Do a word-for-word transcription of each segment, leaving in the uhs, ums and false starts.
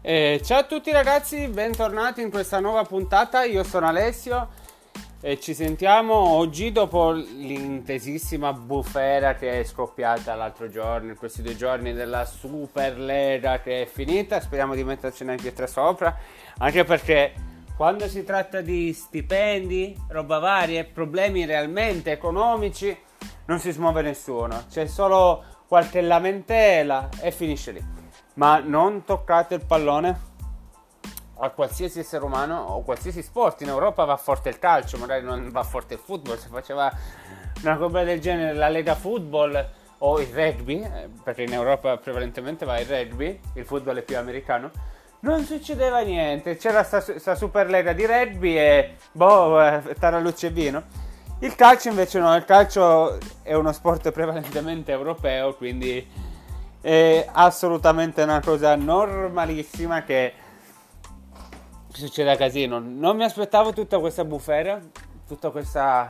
Eh, ciao a tutti ragazzi, bentornati in questa nuova puntata. Io sono Alessio e ci sentiamo oggi dopo l'intensissima bufera che è scoppiata l'altro giorno, in questi due giorni della Superlega che è finita. Speriamo di mettercene anche tre sopra, anche perché quando si tratta di stipendi, roba varie, problemi realmente economici, non si smuove nessuno, c'è solo qualche lamentela e finisce lì. Ma non toccate il pallone a qualsiasi essere umano o qualsiasi sport. In Europa va forte il calcio, magari non va forte il football. Se faceva una cosa del genere la Lega Football o il rugby, perché in Europa prevalentemente va il rugby, il football è più americano, non succedeva niente. C'era sta Superlega di rugby e boh, tarallucce e vino. Il calcio invece no, il calcio è uno sport prevalentemente europeo, quindi è assolutamente una cosa normalissima che succeda casino. Non mi aspettavo tutta questa bufera, tutta questa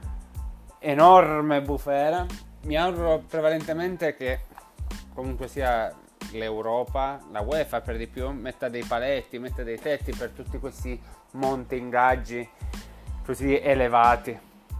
enorme bufera. Mi auguro prevalentemente che comunque sia l'Europa, la UEFA per di più, metta dei paletti, metta dei tetti per tutti questi monte ingaggi così elevati.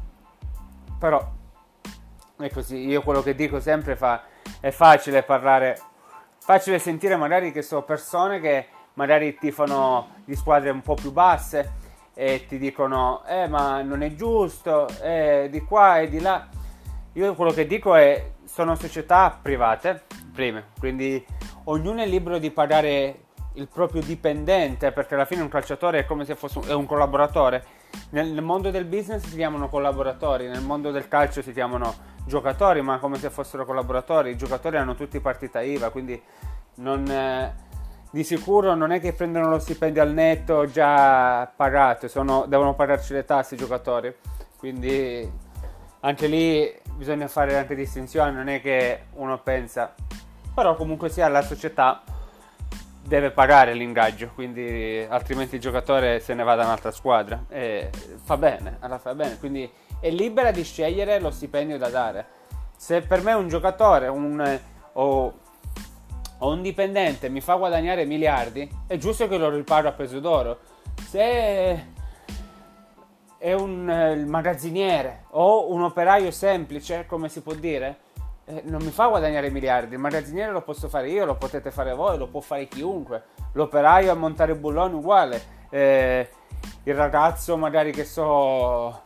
Però è così, io quello che dico sempre fa è facile parlare, facile sentire magari che sono persone che magari tifano di squadre un po' più basse e ti dicono eh ma non è giusto, eh, di qua e di là. Io quello che dico è sono società private, prime, quindi ognuno è libero di pagare il proprio dipendente, perché alla fine un calciatore è come se fosse un, è un collaboratore. Nel, nel mondo del business si chiamano collaboratori, nel mondo del calcio si chiamano giocatori, ma come se fossero collaboratori. I giocatori hanno tutti partita I V A, quindi non, eh, di sicuro non è che prendono lo stipendio al netto già pagato, sono, devono pagarci le tasse i giocatori, quindi anche lì bisogna fare anche distinzione. Non è che uno pensa, però comunque sia la società deve pagare l'ingaggio, quindi altrimenti il giocatore se ne va da un'altra squadra e fa bene, alla fa bene, quindi è libera di scegliere lo stipendio da dare. Se per me un giocatore un, o, o un dipendente mi fa guadagnare miliardi, è giusto che lo ripago a peso d'oro. Se è un eh, magazziniere o un operaio semplice, come si può dire, eh, non mi fa guadagnare miliardi. Il magazziniere lo posso fare io, lo potete fare voi, lo può fare chiunque. L'operaio a montare bulloni uguale, eh, il ragazzo magari che so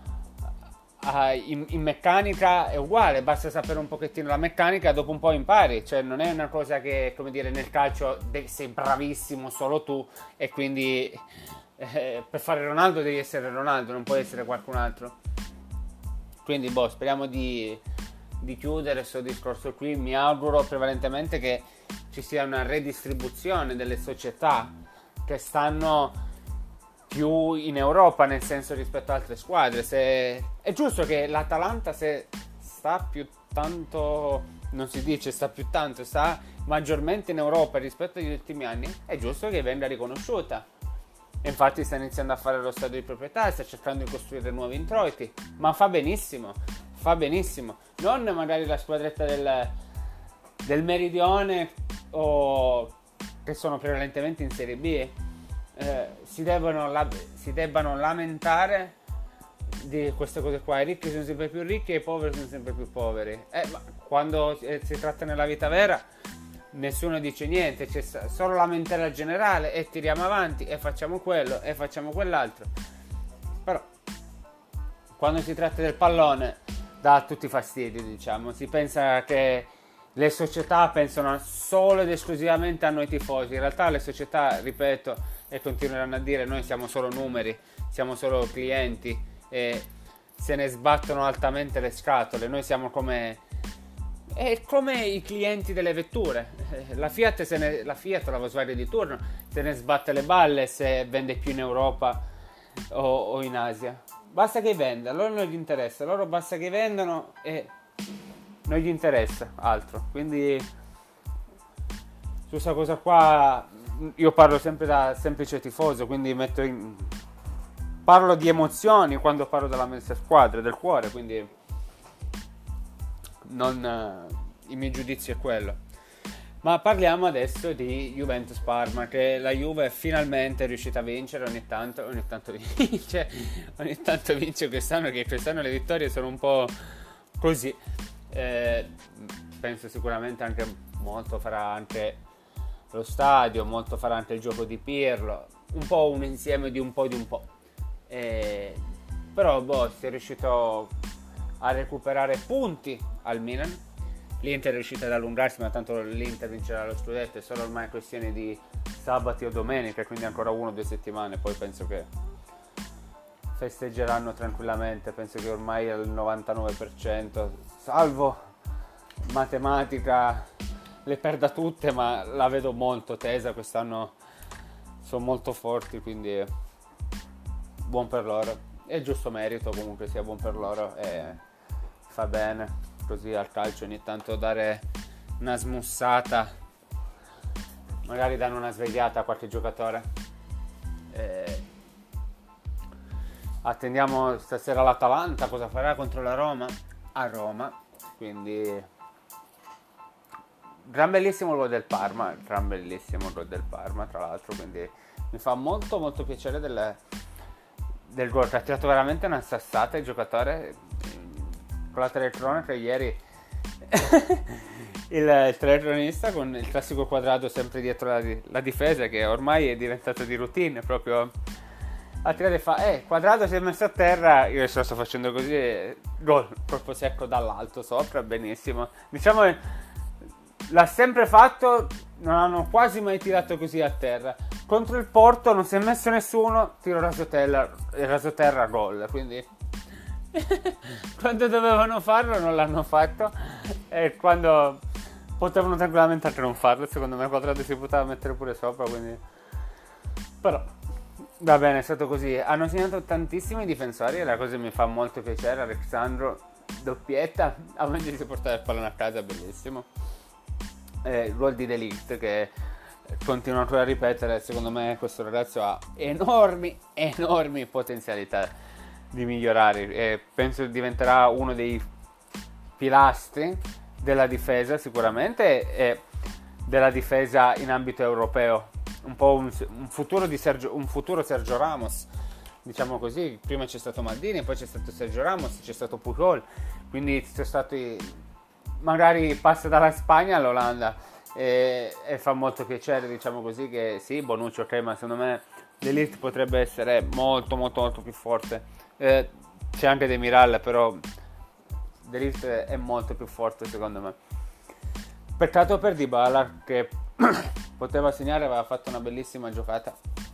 In, in meccanica è uguale, basta sapere un pochettino la meccanica, dopo un po' impari. Cioè non è una cosa che, come dire, nel calcio sei bravissimo solo tu e quindi eh, per fare Ronaldo devi essere Ronaldo, non puoi essere qualcun altro. Quindi boh, speriamo di, di chiudere questo discorso qui. Mi auguro prevalentemente che ci sia una redistribuzione delle società che stanno più in Europa, nel senso, rispetto ad altre squadre. Se è giusto che l'Atalanta, se sta più tanto, non si dice sta più tanto, sta maggiormente in Europa rispetto agli ultimi anni, è giusto che venga riconosciuta. E infatti sta iniziando a fare lo stadio di proprietà, sta cercando di costruire nuovi introiti, ma fa benissimo, fa benissimo. Non magari la squadretta del, del Meridione o che sono prevalentemente in Serie B. Eh, si, devono la, si debbano lamentare di queste cose qua. I ricchi sono sempre più ricchi e i poveri sono sempre più poveri. Eh, ma quando eh, si tratta nella vita vera nessuno dice niente, c'è solo lamentela generale e tiriamo avanti e facciamo quello e facciamo quell'altro. Però quando si tratta del pallone dà tutti fastidio, diciamo. Si pensa che le società pensano solo ed esclusivamente a noi tifosi. In realtà le società, ripeto e continueranno a dire, noi siamo solo numeri, siamo solo clienti e se ne sbattono altamente le scatole. Noi siamo come è come i clienti delle vetture. La Fiat, se ne, la Fiat o la Volkswagen di turno se ne sbatte le balle se vende più in Europa o, o in Asia. Basta che venda, a loro non gli interessa, a loro basta che vendano e non gli interessa altro. Quindi su questa cosa qua io parlo sempre da semplice tifoso, quindi metto in... parlo di emozioni quando parlo della mia squadra, del cuore, quindi non, il mio giudizio è quello. Ma parliamo adesso di Juventus-Parma, che la Juve è finalmente riuscita a vincere, ogni tanto, ogni tanto vince, ogni tanto vince quest'anno, che quest'anno le vittorie sono un po' così. Eh, penso sicuramente anche molto farà anche lo stadio, molto farà anche il gioco di Pirlo, un po' un insieme di un po' di un po'. Eh, però boh, si è riuscito a recuperare punti al Milan. L'Inter è riuscita ad allungarsi, ma tanto l'Inter vincerà lo scudetto, è solo ormai questione di sabati o domenica, quindi ancora uno o due settimane, poi penso che festeggeranno tranquillamente, penso che ormai al novantanove per cento, salvo matematica le perda tutte, ma la vedo molto tesa, quest'anno sono molto forti, quindi buon per loro, è giusto merito comunque sia, buon per loro e fa bene così al calcio ogni tanto dare una smussata, magari danno una svegliata a qualche giocatore. Eh, attendiamo stasera l'Atalanta cosa farà contro la Roma a Roma, quindi gran bellissimo il gol del Parma, gran bellissimo il gol del Parma tra l'altro, quindi mi fa molto molto piacere del, del gol, che ha tirato veramente una sassata il giocatore. Con la telecronaca ieri il, il telecronista con il classico quadrato sempre dietro la, la difesa, che ormai è diventato di routine, proprio a tirare fa eh quadrato si è messo a terra, io adesso lo sto facendo così e gol, colpo secco dall'alto sopra, benissimo, diciamo l'ha sempre fatto, non hanno quasi mai tirato così a terra. Contro il Porto non si è messo nessuno, tiro rasoterra, rasoterra gol, quindi quando dovevano farlo non l'hanno fatto, e quando potevano tranquillamente anche non farlo, secondo me quadrato si poteva mettere pure sopra, quindi però va bene, è stato così. Hanno segnato tantissimi difensori e la cosa mi fa molto piacere. Alexandro doppietta, a me si portare il pallone a casa, bellissimo. Eh, il gol di De Ligt che continua ancora a ripetere, secondo me questo ragazzo ha enormi enormi potenzialità di migliorare e penso diventerà uno dei pilastri della difesa sicuramente, e della difesa in ambito europeo, un po' un, un futuro di Sergio, un futuro Sergio Ramos, diciamo così. Prima c'è stato Maldini, poi c'è stato Sergio Ramos, c'è stato Puyol, quindi c'è stato, magari passa dalla Spagna all'Olanda e, e fa molto piacere, diciamo così, che sì, Bonucci ok, ma secondo me De Ligt potrebbe essere molto molto molto più forte. Eh, c'è anche Demiral, però De Ligt è molto più forte secondo me. Peccato per Dybala che poteva segnare, aveva fatto una bellissima giocata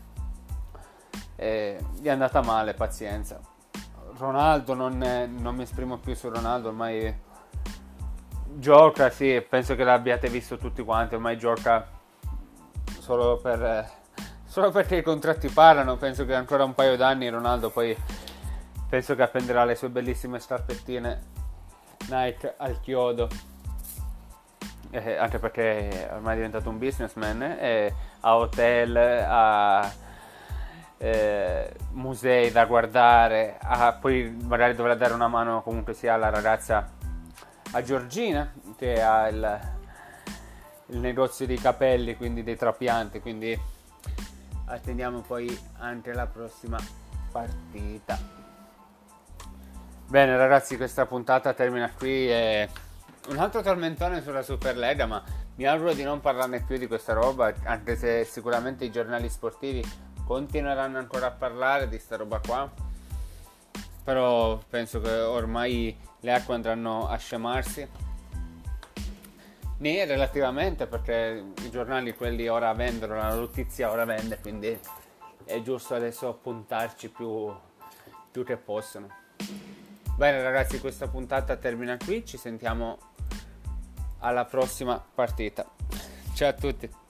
e gli è andata male, pazienza. Ronaldo, non, non mi esprimo più su Ronaldo, ormai gioca, sì, penso che l'abbiate visto tutti quanti, ormai gioca solo per solo perché i contratti parlano. Penso che ancora un paio d'anni Ronaldo poi penso che appenderà le sue bellissime scarpettine Nike al chiodo, eh, anche perché ormai è diventato un businessman, eh, ha hotel, ha eh, musei da guardare, ha, poi magari dovrà dare una mano comunque sia alla ragazza, a Giorgina, che ha il, il negozio di capelli, quindi dei trapianti, quindi attendiamo poi anche la prossima partita. Bene ragazzi, questa puntata termina qui, e un altro tormentone sulla Superlega, ma mi auguro di non parlarne più di questa roba, anche se sicuramente i giornali sportivi continueranno ancora a parlare di sta roba qua, però penso che ormai le acque andranno a scemarsi, né relativamente, perché i giornali quelli ora vendono, la notizia ora vende, quindi è giusto adesso puntarci più, più che possono. Bene ragazzi, questa puntata termina qui, ci sentiamo alla prossima partita. Ciao a tutti.